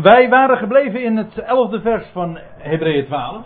Wij waren gebleven in het 11e vers van Hebreeën 12.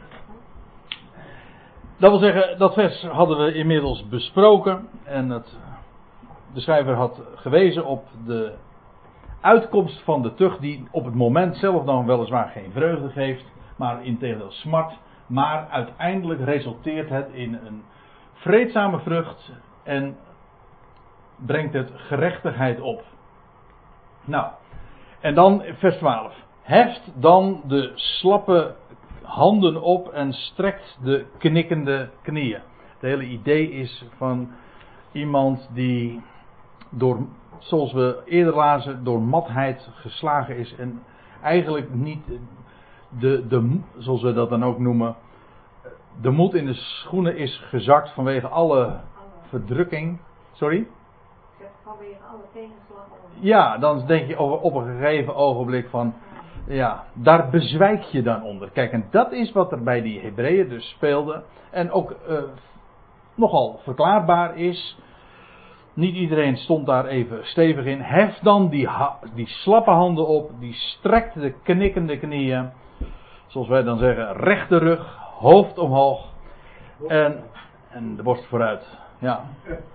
Dat wil zeggen, dat vers hadden we inmiddels besproken. En de schrijver had gewezen op de uitkomst van de tucht, die op het moment zelf dan weliswaar geen vreugde geeft, maar integendeel smart. Maar uiteindelijk resulteert het in een vreedzame vrucht en brengt het gerechtigheid op. Nou, en dan vers 12. Heft dan de slappe handen op en strekt de knikkende knieën. Het hele idee is van iemand die zoals we eerder lazen, door matheid geslagen is en eigenlijk niet zoals we dat dan ook noemen, de moed in de schoenen is gezakt vanwege alle verdrukking. Sorry? Vanwege alle tegenslag. Ja, dan denk je op een gegeven ogenblik van, ja, daar bezwijk je dan onder. Kijk, en dat is wat er bij die Hebreeën dus speelde. En ook nogal verklaarbaar is. Niet iedereen stond daar even stevig in. Hef dan die slappe handen op. Die strekt de knikkende knieën. Zoals wij dan zeggen, rechte rug, hoofd omhoog. En de borst vooruit. Ja.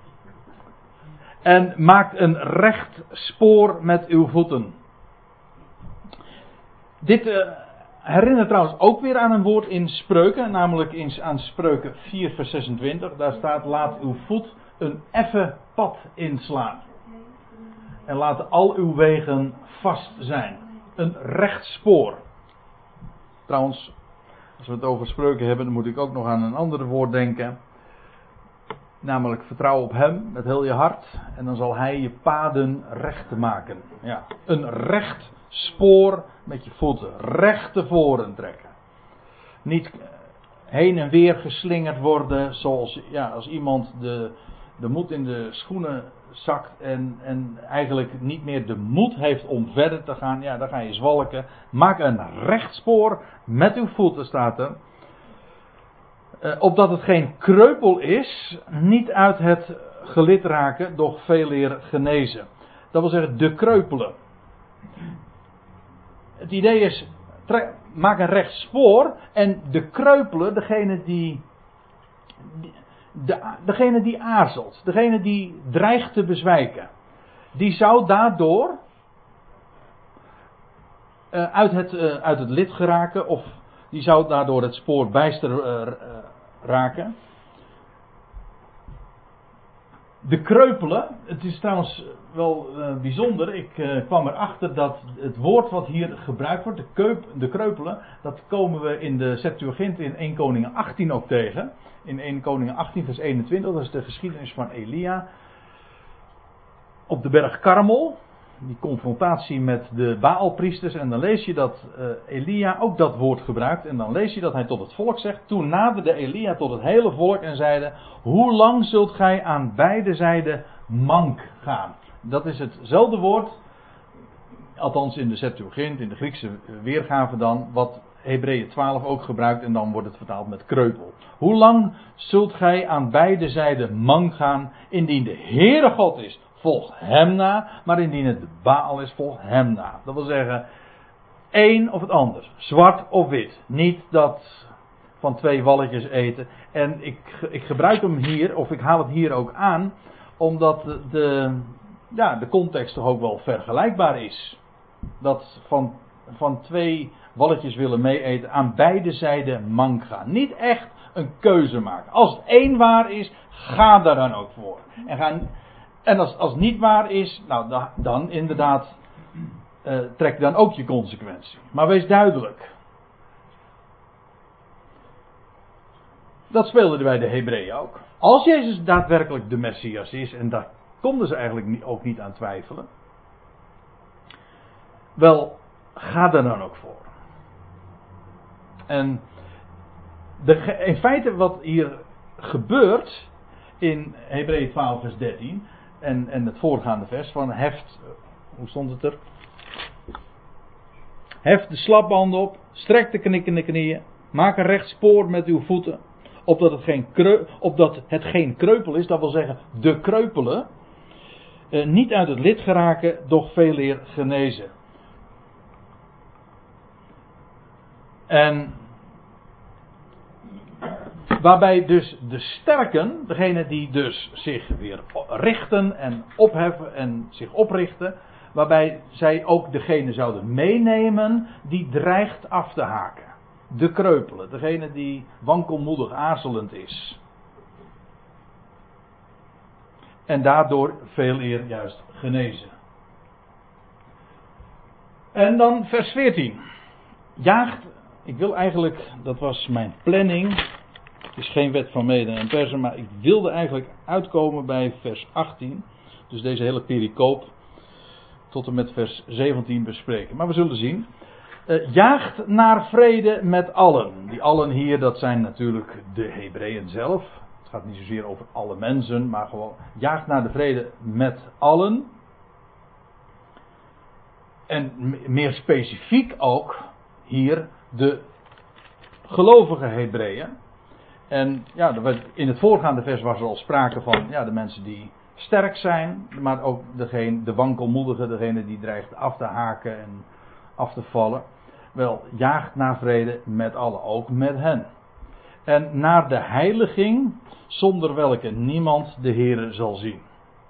En maakt een recht spoor met uw voeten. Dit herinnert trouwens ook weer aan een woord in Spreuken. Namelijk aan Spreuken 4 vers 26. Daar staat, laat uw voet een effen pad inslaan. En laat al uw wegen vast zijn. Een recht spoor. Trouwens, als we het over Spreuken hebben, dan moet ik ook nog aan een ander woord denken. Namelijk vertrouw op hem met heel je hart. En dan zal hij je paden recht maken. Ja, een recht spoor met je voeten. Recht tevoren trekken. Niet heen en weer geslingerd worden. Zoals als iemand de moed in de schoenen zakt. En eigenlijk niet meer de moed heeft om verder te gaan. Ja, dan ga je zwalken. Maak een recht spoor met uw voeten, staat er. Opdat het geen kreupel is, niet uit het gelid raken, doch veeleer genezen. Dat wil zeggen, de kreupelen. Het idee is, maak een recht spoor en de kreupelen, degene die aarzelt, degene die dreigt te bezwijken, die zou daardoor uit het lid geraken of die zou daardoor het spoor bijster raken. De kreupelen, het is trouwens wel bijzonder, ik kwam erachter dat het woord wat hier gebruikt wordt, de kreupelen, dat komen we in de Septuagint in 1 Koningen 18 ook tegen. In 1 Koningen 18 vers 21, dat is de geschiedenis van Elia. Op de berg Karmel, die confrontatie met de Baalpriesters, en dan lees je dat Elia ook dat woord gebruikt. En dan lees je dat hij tot het volk zegt, toen naderde Elia tot het hele volk en zeide, hoe lang zult gij aan beide zijden mank gaan? Dat is hetzelfde woord, althans in de Septuagint, in de Griekse weergave dan, wat Hebreeën 12 ook gebruikt en dan wordt het vertaald met kreupel. Hoe lang zult gij aan beide zijden mank gaan, indien de Heere God is? Volg hem na, maar indien het de Baal is, volg hem na. Dat wil zeggen, één of het ander, zwart of wit. Niet dat van twee walletjes eten. En ik gebruik hem hier, of ik haal het hier ook aan, omdat de context toch ook wel vergelijkbaar is. Dat van twee walletjes willen meeeten, aan beide zijden mank gaan. Niet echt een keuze maken. Als het één waar is, ga daar dan ook voor. En als het niet waar is, nou dan inderdaad, trek dan ook je consequentie. Maar wees duidelijk. Dat speelde bij de Hebreeën ook. Als Jezus daadwerkelijk de Messias is, en daar konden ze eigenlijk ook niet aan twijfelen. Wel, ga daar dan ook voor. En in feite wat hier gebeurt in Hebreeën 12 vers 13... En het voorgaande vers van heft, hoe stond het er? Heft de slapbanden op, strek de knikkende knieën, maak een recht spoor met uw voeten, opdat het geen kreupel is, dat wil zeggen de kreupelen, niet uit het lid geraken, doch veeleer genezen. En waarbij dus de sterken, degene die dus zich weer richten en opheffen en zich oprichten, waarbij zij ook degene zouden meenemen die dreigt af te haken. De kreupele, degene die wankelmoedig, aarzelend is. En daardoor veel eer juist genezen. En dan vers 14. Jaagt, ik wil eigenlijk, dat was mijn planning. Het is geen wet van mede en persen, maar ik wilde eigenlijk uitkomen bij vers 18. Dus deze hele pericoop tot en met vers 17 bespreken. Maar we zullen zien. Jaagt naar vrede met allen. Die allen hier, dat zijn natuurlijk de Hebreeën zelf. Het gaat niet zozeer over alle mensen, maar gewoon jaagt naar de vrede met allen. En meer specifiek ook hier de gelovige Hebreeën. En ja, in het voorgaande vers was er al sprake van de mensen die sterk zijn, maar ook de wankelmoedige, degene die dreigt af te haken en af te vallen. Wel, jaagt naar vrede met allen, ook met hen. En naar de heiliging, zonder welke niemand de Heere zal zien.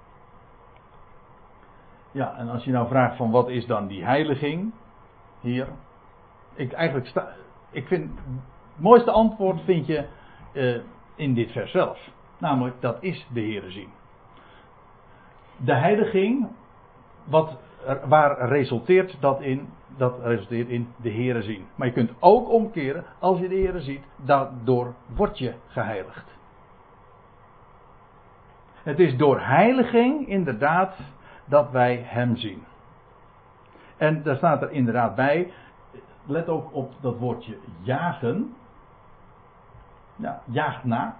Ja, en als je nou vraagt van wat is dan die heiliging hier? Ik vind het mooiste antwoord vind je in dit vers zelf. Namelijk, dat is de Heere zien. De heiliging, waar resulteert dat in? Dat resulteert in de Heere zien. Maar je kunt ook omkeren, als je de Heere ziet, daardoor word je geheiligd. Het is door heiliging inderdaad dat wij hem zien. En daar staat er inderdaad bij, let ook op dat woordje jagen. Ja, jaagt na.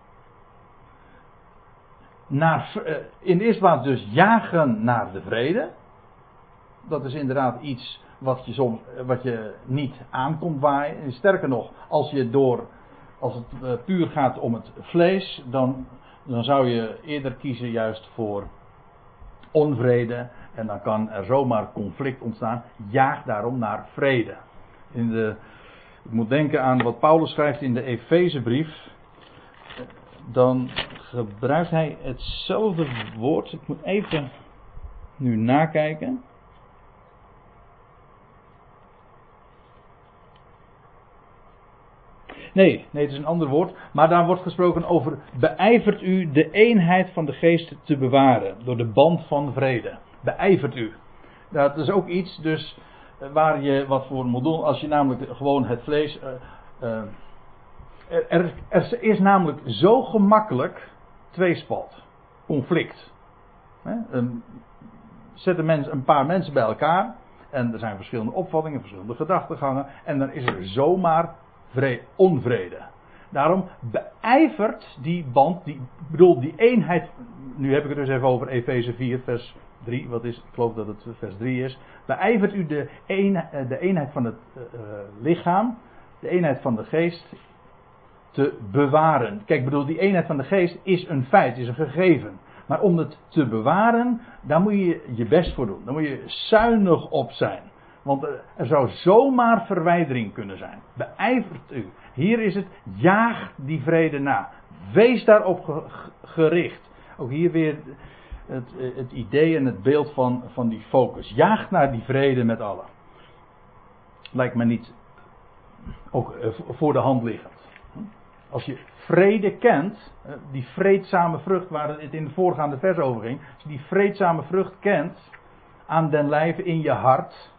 In de eerste plaats dus jagen naar de vrede. Dat is inderdaad iets wat je niet aankomt waaien. En sterker nog, als het puur gaat om het vlees, dan zou je eerder kiezen juist voor onvrede. En dan kan er zomaar conflict ontstaan. Jaag daarom naar vrede. Ik moet denken aan wat Paulus schrijft in de Efezebrief. Dan gebruikt hij hetzelfde woord. Ik moet even nu nakijken. Nee, het is een ander woord. Maar daar wordt gesproken over beijvert u de eenheid van de geest te bewaren. Door de band van vrede. Beijvert u. Dat is ook iets dus waar je wat voor moet doen. Als je namelijk gewoon het vlees... Er is namelijk zo gemakkelijk tweespalt. Conflict. Zet een paar mensen bij elkaar. En er zijn verschillende opvattingen, verschillende gedachtegangen. En dan is er zomaar onvrede. Daarom beijvert die band, die eenheid. Nu heb ik het dus even over Efeze 4 vers 3. Ik geloof dat het vers 3 is. Beijvert u de eenheid van het lichaam. De eenheid van de geest te bewaren. Kijk, die eenheid van de geest is een feit, is een gegeven. Maar om het te bewaren, daar moet je je best voor doen. Daar moet je zuinig op zijn. Want er zou zomaar verwijdering kunnen zijn. Beijvert u. Hier is het, jaag die vrede na. Wees daarop gericht. Ook hier weer het idee en het beeld van die focus. Jaag naar die vrede met allen. Lijkt me niet ook voor de hand liggend. Als je vrede kent, die vreedzame vrucht waar het in de voorgaande vers over ging. Als je die vreedzame vrucht kent, aan den lijve in je hart,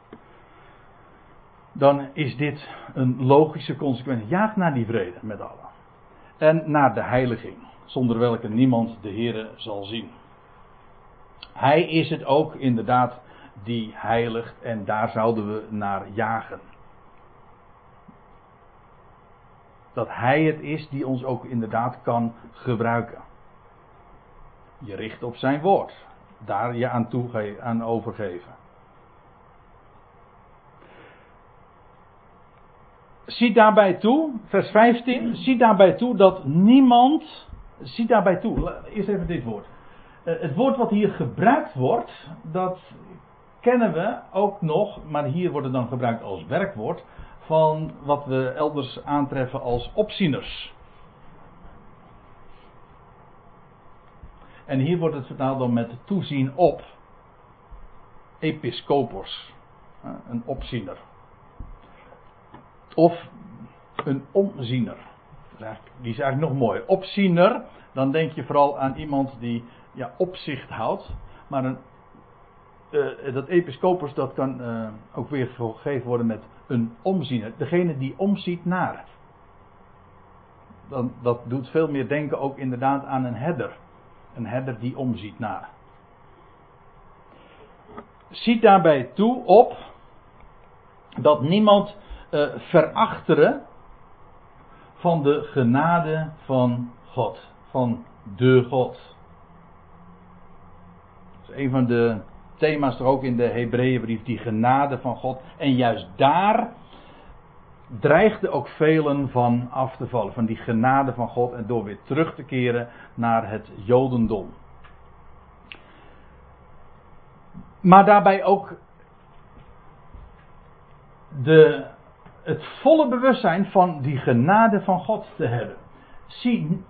dan is dit een logische consequentie. Jaag naar die vrede met allen. En naar de heiliging, zonder welke niemand de Heere zal zien. Hij is het ook inderdaad die heiligt en daar zouden we naar jagen. Dat hij het is die ons ook inderdaad kan gebruiken. Je richt op zijn woord. Daar je aan overgeven. Zie daarbij toe, vers 15. Zie daarbij toe dat niemand. Zie daarbij toe. Eerst even dit woord. Het woord wat hier gebruikt wordt, dat kennen we ook nog, maar hier wordt het dan gebruikt als werkwoord, van wat we elders aantreffen als opzieners. En hier wordt het vertaald dan met toezien op. Episkopos. Een opziener. Of een omziener. Die is eigenlijk nog mooi. Opziener, dan denk je vooral aan iemand die opzicht houdt. Maar dat episkopos, dat kan ook weer gegeven worden met een omziener. Degene die omziet naar. Dat doet veel meer denken ook inderdaad aan een herder. Een herder die omziet naar. Ziet daarbij toe op dat niemand verachtere van de genade van God. Van de God. Dat is een van de thema's toch ook in de Hebreeënbrief, die genade van God. En juist daar dreigden ook velen van af te vallen. Van die genade van God en door weer terug te keren naar het Jodendom. Maar daarbij ook het volle bewustzijn van die genade van God te hebben. Zie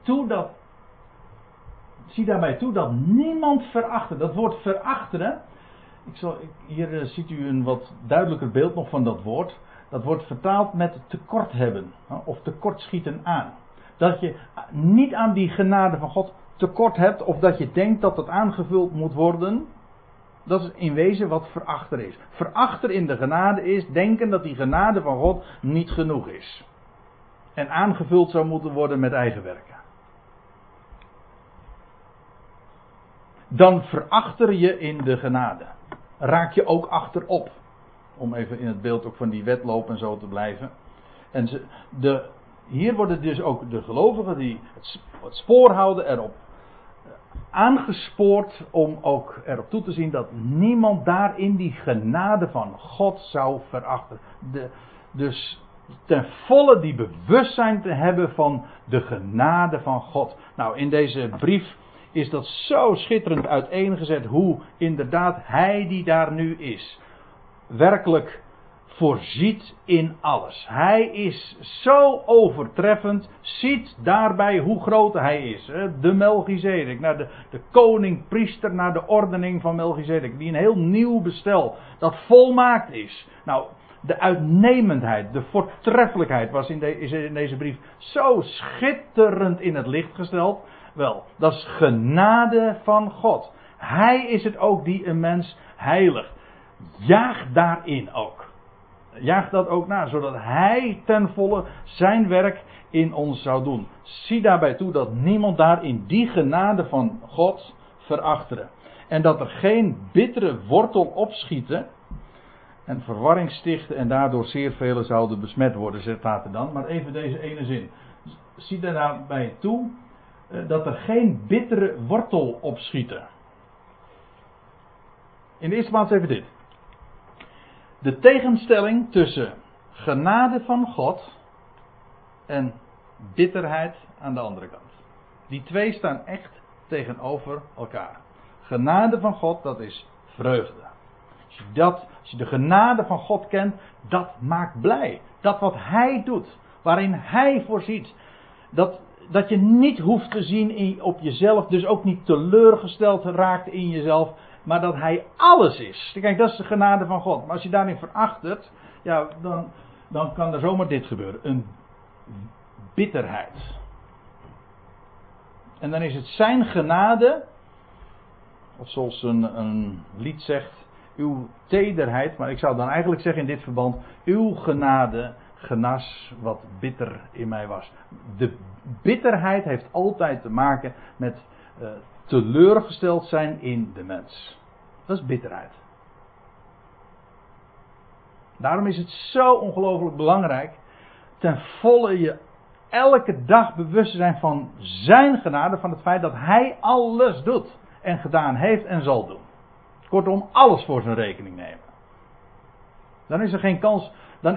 daarbij toe dat niemand verachten. Dat woord verachteren. Hier ziet u een wat duidelijker beeld nog van dat woord. Dat wordt vertaald met tekort hebben. Of tekortschieten aan. Dat je niet aan die genade van God tekort hebt. Of dat je denkt dat het aangevuld moet worden. Dat is in wezen wat verachter is. Verachter in de genade is denken dat die genade van God niet genoeg is. En aangevuld zou moeten worden met eigen werken. Dan verachter je in de genade. Raak je ook achterop. Om even in het beeld ook van die wedloop en zo te blijven. En hier worden dus ook de gelovigen die het spoor houden erop aangespoord om ook erop toe te zien dat niemand daarin die genade van God zou verachten. Dus ten volle die bewustzijn te hebben van de genade van God. Nou, in deze brief is dat zo schitterend uiteengezet hoe inderdaad hij die daar nu is werkelijk voorziet in alles. Hij is zo overtreffend. Ziet daarbij hoe groot hij is. De Melchizedek. Naar de koning, priester, naar de ordening van Melchizedek. Die een heel nieuw bestel. Dat volmaakt is. Nou, de uitnemendheid, de voortreffelijkheid is in deze brief zo schitterend in het licht gesteld. Wel, dat is genade van God. Hij is het ook die een mens heiligt. Jaag daarin ook. Jaag dat ook na, zodat hij ten volle zijn werk in ons zou doen. Zie daarbij toe dat niemand daarin die genade van God verachtere. En dat er geen bittere wortel opschieten en verwarring stichten en daardoor zeer velen zouden besmet worden, staat er dan. Maar even deze ene zin. Zie daarbij toe dat er geen bittere wortel opschieten. In de eerste plaats even dit. De tegenstelling tussen genade van God en bitterheid aan de andere kant. Die twee staan echt tegenover elkaar. Genade van God, dat is vreugde. Als je de genade van God kent, dat maakt blij. Dat wat Hij doet, waarin Hij voorziet. Dat je niet hoeft te zien op jezelf, dus ook niet teleurgesteld raakt in jezelf. Maar dat Hij alles is. Kijk, dat is de genade van God. Maar als je daarin verachtert, ja, dan kan er zomaar dit gebeuren. Een bitterheid. En dan is het zijn genade, of zoals een lied zegt, uw tederheid. Maar ik zou dan eigenlijk zeggen in dit verband, uw genade genas wat bitter in mij was. De bitterheid heeft altijd te maken met teleurgesteld zijn in de mens. Dat is bitterheid. Daarom is het zo ongelooflijk belangrijk ten volle je elke dag bewust te zijn van zijn genade, van het feit dat hij alles doet en gedaan heeft en zal doen. Kortom, alles voor zijn rekening nemen. Dan is er geen kans,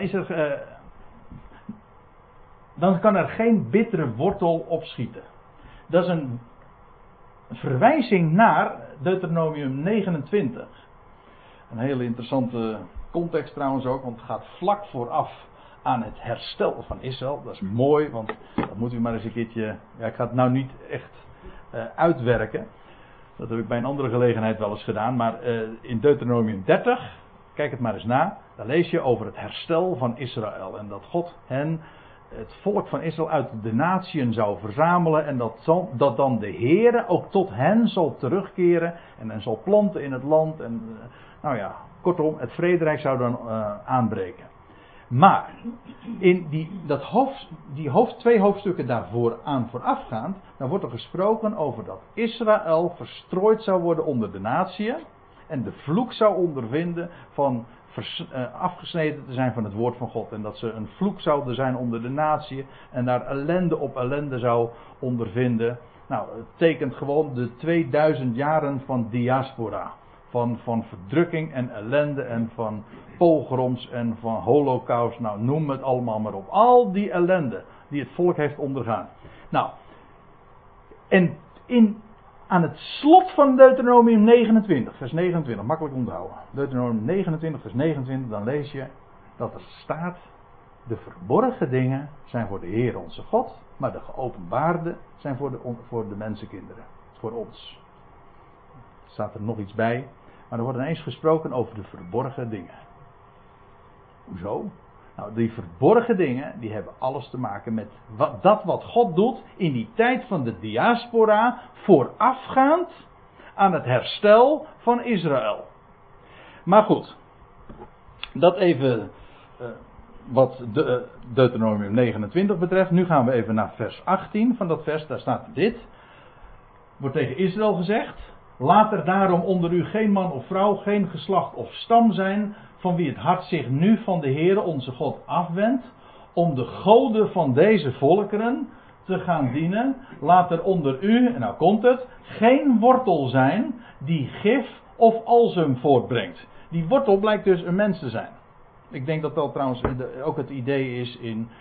dan kan er geen bittere wortel opschieten. Dat is een verwijzing naar Deuteronomium 29. Een hele interessante context trouwens ook, want het gaat vlak vooraf aan het herstel van Israël. Dat is mooi, want dat moet u maar eens een keertje... Ja, ik ga het nou niet echt uitwerken. Dat heb ik bij een andere gelegenheid wel eens gedaan. Maar in Deuteronomium 30, kijk het maar eens na. Daar lees je over het herstel van Israël. En dat God het volk van Israël uit de natieën zou verzamelen. En dat dan de Heere ook tot hen zal terugkeren. En hen zal planten in het land. En nou ja, kortom, het vrederijk zou dan aanbreken. Maar in twee hoofdstukken daarvoor aan voorafgaand, dan wordt er gesproken over dat Israël verstrooid zou worden onder de natieën en de vloek zou ondervinden van afgesneden te zijn van het woord van God. En dat ze een vloek zouden zijn onder de natieën en daar ellende op ellende zou ondervinden. Nou, het tekent gewoon de 2000 jaren van diaspora. Van verdrukking en ellende en van pogroms en van holocaust. Nou, noem het allemaal maar op. Al die ellende die het volk heeft ondergaan. Nou, en aan het slot van Deuteronomium 29, vers 29, makkelijk onthouden. Deuteronomium 29, vers 29, dan lees je dat er staat: de verborgen dingen zijn voor de Heer onze God, maar de geopenbaarde zijn voor de mensenkinderen. Voor ons. Er staat er nog iets bij. Maar er wordt ineens gesproken over de verborgen dingen. Hoezo? Nou, die verborgen dingen, die hebben alles te maken met wat God doet in die tijd van de diaspora, voorafgaand aan het herstel van Israël. Maar goed, dat even wat Deuteronomium 29 betreft. Nu gaan we even naar vers 18 van dat vers, daar staat dit. Wordt tegen Israël gezegd: laat er daarom onder u geen man of vrouw, geen geslacht of stam zijn, van wie het hart zich nu van de Heere onze God afwendt, om de goden van deze volkeren te gaan dienen. Laat er onder u, en nou komt het, geen wortel zijn die gif of alsem voortbrengt. Die wortel blijkt dus een mens te zijn. Ik denk dat dat trouwens ook het idee is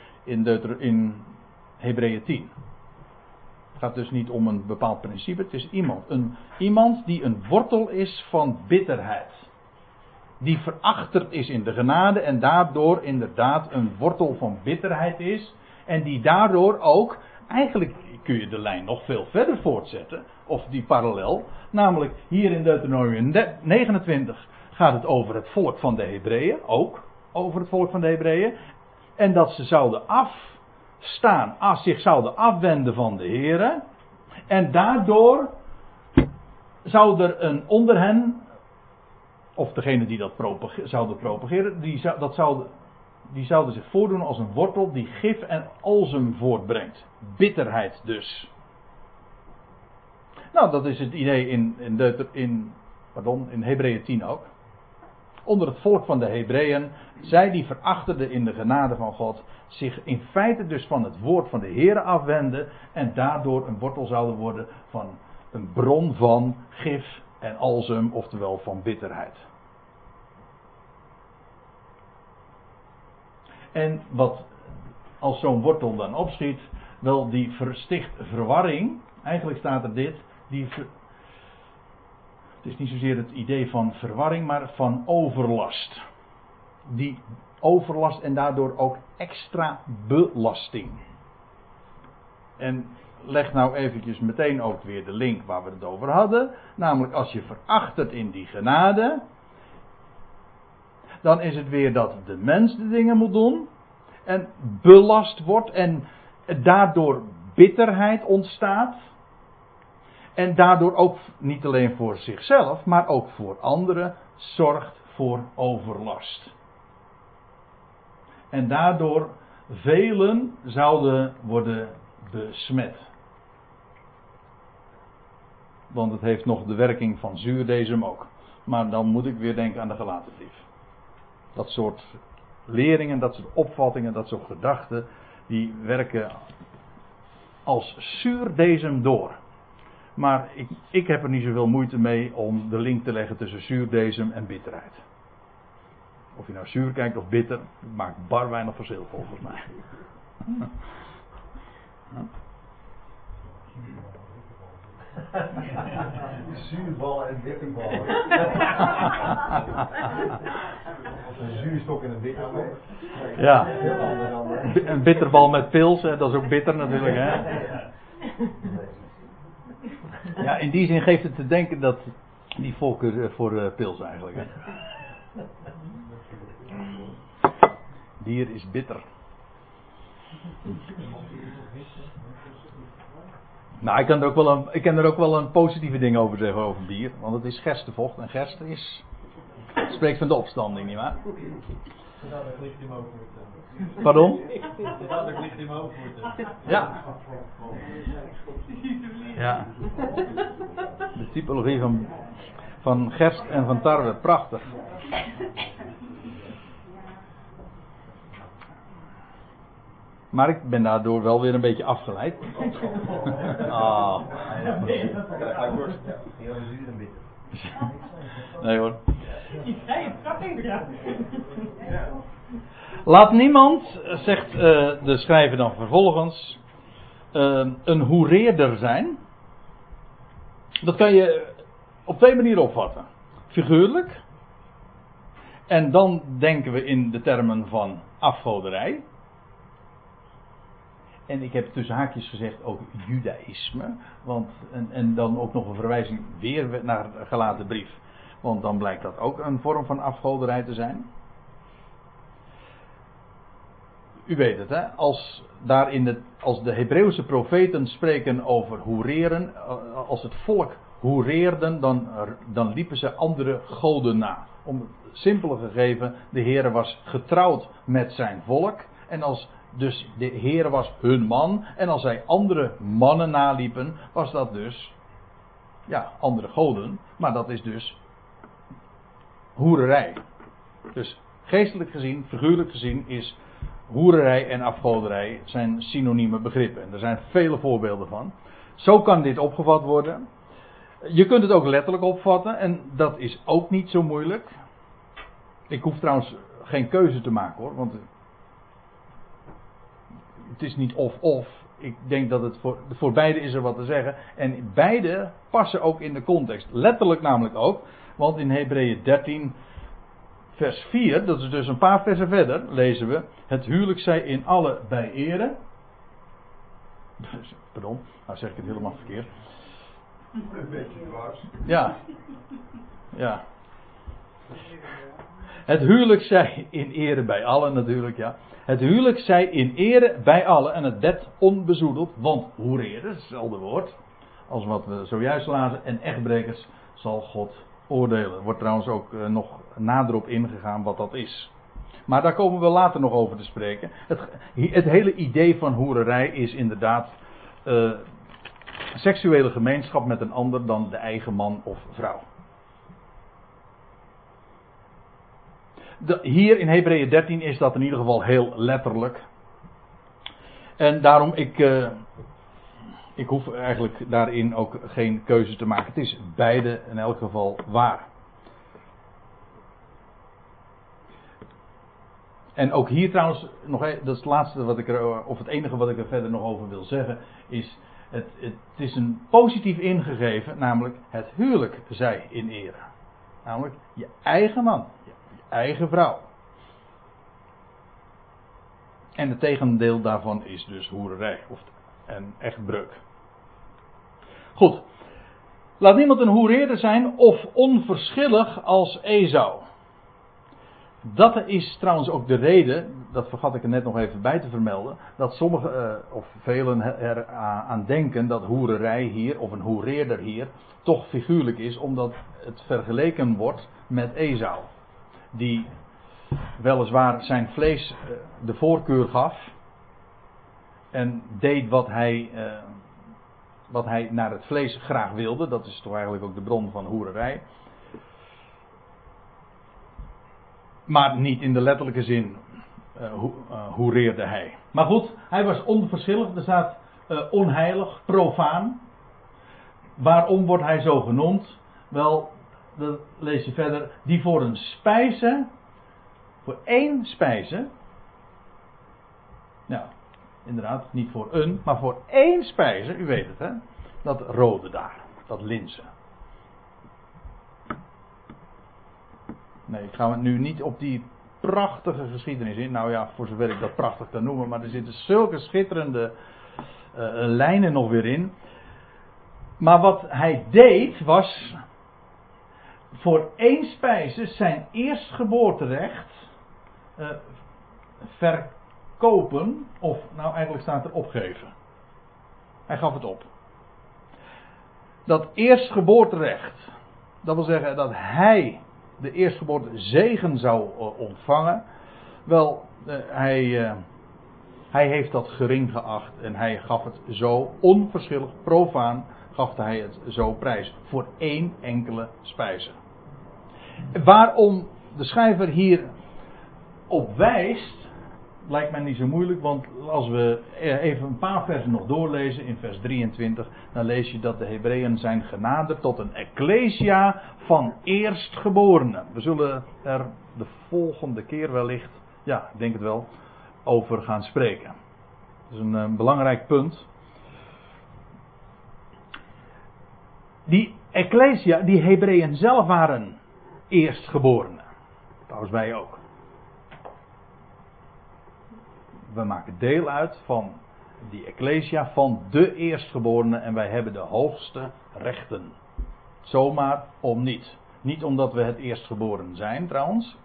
in Hebreeën 10. Het gaat dus niet om een bepaald principe. Het is iemand die een wortel is van bitterheid. Die verachterd is in de genade en daardoor inderdaad een wortel van bitterheid is. En die daardoor ook, eigenlijk kun je de lijn nog veel verder voortzetten. Of die parallel. Namelijk hier in Deuteronomium 29 gaat het over het volk van de Hebreeën. Ook over het volk van de Hebreeën. En dat ze zouden zich zouden afwenden van de Heere. En daardoor zou er een onder hen, of degene die dat zouden propageren, die zouden zich voordoen als een wortel die gif en alsem voortbrengt. Bitterheid dus. Nou, dat is het idee in Hebreeën 10 ook. Onder het volk van de Hebreeën, zij die verachterden in de genade van God, zich in feite dus van het woord van de Heere afwenden en daardoor een wortel zouden worden van een bron van gif en alsem, oftewel van bitterheid. En wat als zo'n wortel dan opschiet, wel die versticht verwarring. Eigenlijk staat er dit, het is niet zozeer het idee van verwarring, maar van overlast. Die overlast en daardoor ook extra belasting. En leg nou eventjes meteen ook weer de link waar we het over hadden. Namelijk als je verachtert in die genade, dan is het weer dat de mens de dingen moet doen. En belast wordt en daardoor bitterheid ontstaat. En daardoor ook niet alleen voor zichzelf, maar ook voor anderen zorgt voor overlast. En daardoor velen zouden worden besmet. Want het heeft nog de werking van zuurdesem ook. Maar dan moet ik weer denken aan de Galatenbrief. Dat soort leringen, dat soort opvattingen, dat soort gedachten, die werken als zuurdesem door. Maar ik heb er niet zoveel moeite mee om de link te leggen tussen zuurdesem en bitterheid. Of je nou zuur kijkt of bitter, maakt bar weinig verschil volgens mij. Zuurballen en bitterballen. Een zuurstok en een bitterstok. Ja. Heel anders dan. Een bitterbal met pils, hè, dat is ook bitter natuurlijk. Hè. Ja, in die zin geeft het te denken dat die voorkeur voor pils eigenlijk. Hè. Bier is bitter. Nou, ik kan er ook wel een positieve ding over zeggen over bier. Want het is gerstevocht. En gerst spreekt van de opstanding, nietwaar? Dat ligt in mijn hoofd. Pardon? Dat ligt in mijn hoofd. Ja. Ja. De typologie van gerst en van tarwe. Prachtig. Maar ik ben daardoor wel weer een beetje afgeleid. Ah. Heel zuur en bitter. Nee hoor. Die vrije trapping, ja. Laat niemand, zegt de schrijver dan vervolgens, een hoereerder zijn. Dat kan je op twee manieren opvatten. Figuurlijk. En dan denken we in de termen van afgoderij. En ik heb tussen haakjes gezegd ook judaïsme. Want, en dan ook nog een verwijzing weer naar de gelaten brief. Want dan blijkt dat ook een vorm van afgoderij te zijn. U weet het, hè? Als de Hebreeuwse profeten spreken over hoereren, als het volk hoereerden, dan liepen ze andere goden na. Om het simpele gegeven, de Heer was getrouwd met zijn volk. En als dus de Heer was hun man. En als zij andere mannen naliepen, was dat dus, ja, andere goden. Maar dat is dus hoererij. Dus geestelijk gezien, figuurlijk gezien, is hoererij en afgoderij zijn synonieme begrippen. En er zijn vele voorbeelden van. Zo kan dit opgevat worden. Je kunt het ook letterlijk opvatten. En dat is ook niet zo moeilijk. Ik hoef trouwens geen keuze te maken hoor. Want het is niet of-of. Ik denk dat het voor beide is er wat te zeggen. En beide passen ook in de context. Letterlijk namelijk ook. Want in Hebreeën 13... vers 4, dat is dus een paar versen verder, lezen we: het huwelijk zij in alle bij ere. Pardon, nou zeg ik het helemaal verkeerd. Een beetje dwars. Ja. Ja. Het huwelijk zij in ere bij allen natuurlijk, ja. Het huwelijk zij in ere bij allen en het bed onbezoedeld, want hoereren, hetzelfde woord, als wat we zojuist lazen, en echtbrekers zal God oordelen. Er wordt trouwens ook nog nader op ingegaan wat dat is. Maar daar komen we later nog over te spreken. Het hele idee van hoererij is inderdaad seksuele gemeenschap met een ander dan de eigen man of vrouw. Hier in Hebreeën 13 is dat in ieder geval heel letterlijk. En daarom, ik hoef eigenlijk daarin ook geen keuze te maken. Het is beide in elk geval waar. En ook hier trouwens, dat is het laatste wat ik of het enige wat ik er verder nog over wil zeggen, is het is een positief ingegeven, namelijk het huwelijk zij in ere. Namelijk je eigen man, je eigen vrouw. En het tegendeel daarvan is dus hoererij en echtbreuk. Goed. Laat niemand een hoereerder zijn of onverschillig als Esau. Dat is trouwens ook de reden, dat vergat ik er net nog even bij te vermelden, dat sommigen of velen er aan denken dat hoererij hier, of een hoereerder hier, toch figuurlijk is, omdat het vergeleken wordt met Esau. Die weliswaar zijn vlees de voorkeur gaf en deed wat hij naar het vlees graag wilde. Dat is toch eigenlijk ook de bron van hoererij. Maar niet in de letterlijke zin hoereerde hij. Maar goed, hij was onverschillig. Er staat onheilig, profaan. Waarom wordt hij zo genoemd? Wel, dat lees je verder. Die voor een spijze, voor één spijze. Nou, inderdaad, niet voor een, maar voor één spijze. U weet het hè. Dat rode daar, dat linzen. Nee, ik ga nu niet op die prachtige geschiedenis in. Nou ja, voor zover ik dat prachtig kan noemen. Maar er zitten zulke schitterende lijnen nog weer in. Maar wat hij deed was voor 1 spijze zijn eerstgeboorterecht verkopen. Of nou eigenlijk staat er opgeven. Hij gaf het op. Dat eerstgeboorterecht. Dat wil zeggen dat hij de eerstgeboorte zegen zou ontvangen. Wel, hij heeft dat gering geacht. En hij gaf het zo onverschillig, profaan, gaf hij het zo prijs. Voor 1 enkele spijze. Waarom de schrijver hier op wijst, lijkt mij niet zo moeilijk. Want als we even een paar versen nog doorlezen in vers 23. Dan lees je dat de Hebreeën zijn genaderd tot een ecclesia van eerstgeborenen. We zullen er de volgende keer wellicht, ja, ik denk het wel, over gaan spreken. Dat is een belangrijk punt. Die ecclesia, die Hebreeën zelf waren eerstgeborenen. Trouwens wij ook. We maken deel uit van die ecclesia, van de eerstgeborenen, en wij hebben de hoogste rechten. Zomaar om niet. Niet omdat we het eerstgeboren zijn trouwens.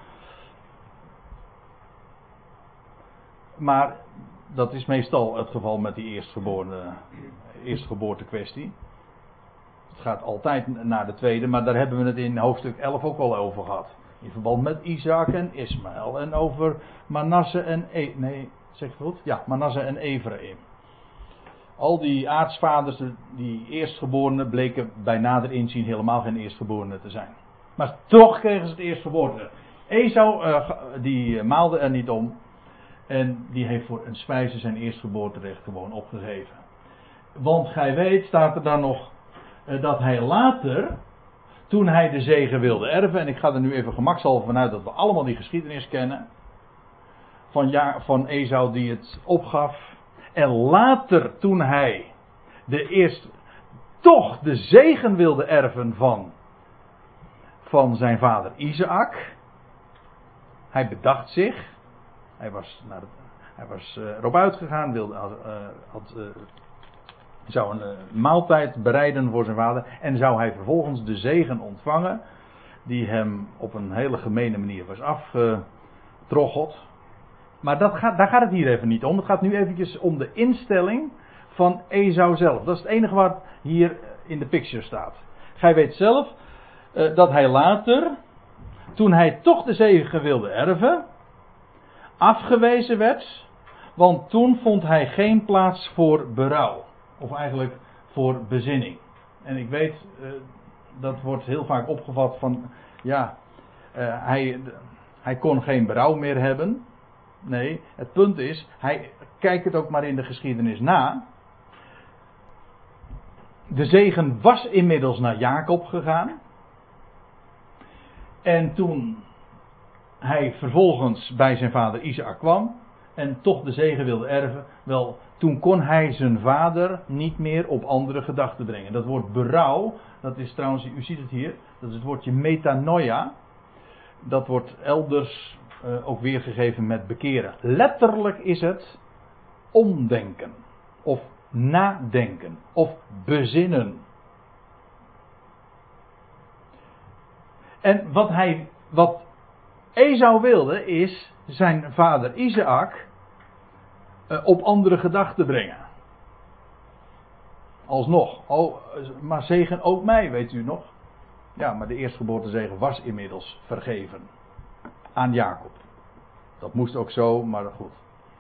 Maar dat is meestal het geval met die eerstgeboorte kwestie. Het gaat altijd naar de tweede, maar daar hebben we het in hoofdstuk 11 ook al over gehad. In verband met Isaac en Ismaël. En over Manasse en zeg ik het goed? Ja, Manasse en Ephraim. Al die aartsvaders, die eerstgeborenen, bleken bij nader inzien helemaal geen eerstgeborenen te zijn. Maar toch kregen ze het eerstgeboorte. Esau, die maalde er niet om. En die heeft voor een spijze zijn eerstgeboorterecht gewoon opgegeven. Want gij weet, staat er dan nog, dat hij later, toen hij de zegen wilde erven, en ik ga er nu even gemakshalve vanuit dat we allemaal die geschiedenis kennen, van Esau die het opgaf, en later toen hij toch de zegen wilde erven van zijn vader Isaac, hij bedacht zich, hij was erop uitgegaan, zou een maaltijd bereiden voor zijn vader. En zou hij vervolgens de zegen ontvangen. Die hem op een hele gemene manier was afgetroggeld. Maar daar gaat het hier even niet om. Het gaat nu eventjes om de instelling van Esau zelf. Dat is het enige wat hier in de picture staat. Gij weet zelf dat hij later, toen hij toch de zegen wilde erven, afgewezen werd. Want toen vond hij geen plaats voor berouw. Of eigenlijk voor bezinning. En ik weet, dat wordt heel vaak opgevat van, ja, hij kon geen berouw meer hebben. Nee, het punt is, kijk het ook maar in de geschiedenis na. De zegen was inmiddels naar Jacob gegaan. En toen hij vervolgens bij zijn vader Isaac kwam en toch de zegen wilde erven, wel, toen kon hij zijn vader niet meer op andere gedachten brengen. Dat woord berouw, dat is trouwens, u ziet het hier, dat is het woordje metanoia. Dat wordt elders ook weergegeven met bekeren. Letterlijk is het omdenken, of nadenken, of bezinnen. En wat Esau wilde is zijn vader Isaac op andere gedachten brengen. Alsnog, maar zegen ook mij, weet u nog? Ja, maar de eerstgeboortezegen was inmiddels vergeven aan Jacob. Dat moest ook zo, maar goed.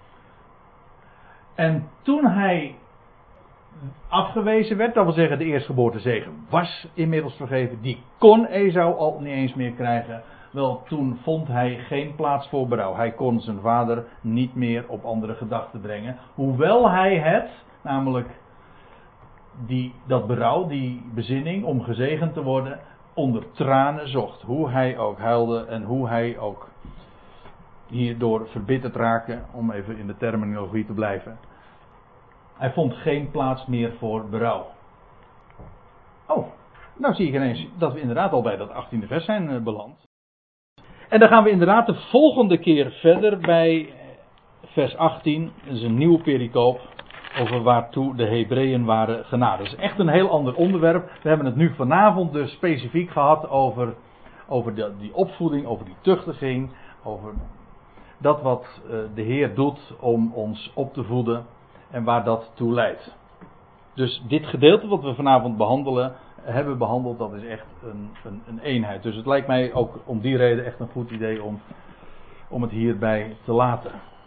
En toen hij afgewezen werd, dat wil zeggen de eerstgeboortezegen was inmiddels vergeven, die kon Esau al niet eens meer krijgen. Wel, toen vond hij geen plaats voor berouw. Hij kon zijn vader niet meer op andere gedachten brengen. Hoewel hij het, namelijk dat berouw, die bezinning om gezegend te worden, onder tranen zocht. Hoe hij ook huilde en hoe hij ook hierdoor verbitterd raakte, om even in de terminologie te blijven. Hij vond geen plaats meer voor berouw. Oh, nou zie ik ineens dat we inderdaad al bij dat 18e vers zijn beland. En dan gaan we inderdaad de volgende keer verder bij vers 18. Dat is een nieuwe pericoop over waartoe de Hebreeën waren genade. Dat is echt een heel ander onderwerp. We hebben het nu vanavond dus specifiek gehad over die opvoeding, over die tuchtiging, over dat wat de Heer doet om ons op te voeden en waar dat toe leidt. Dus dit gedeelte wat we vanavond hebben behandeld, dat is echt een eenheid. Dus het lijkt mij ook om die reden echt een goed idee om het hierbij te laten.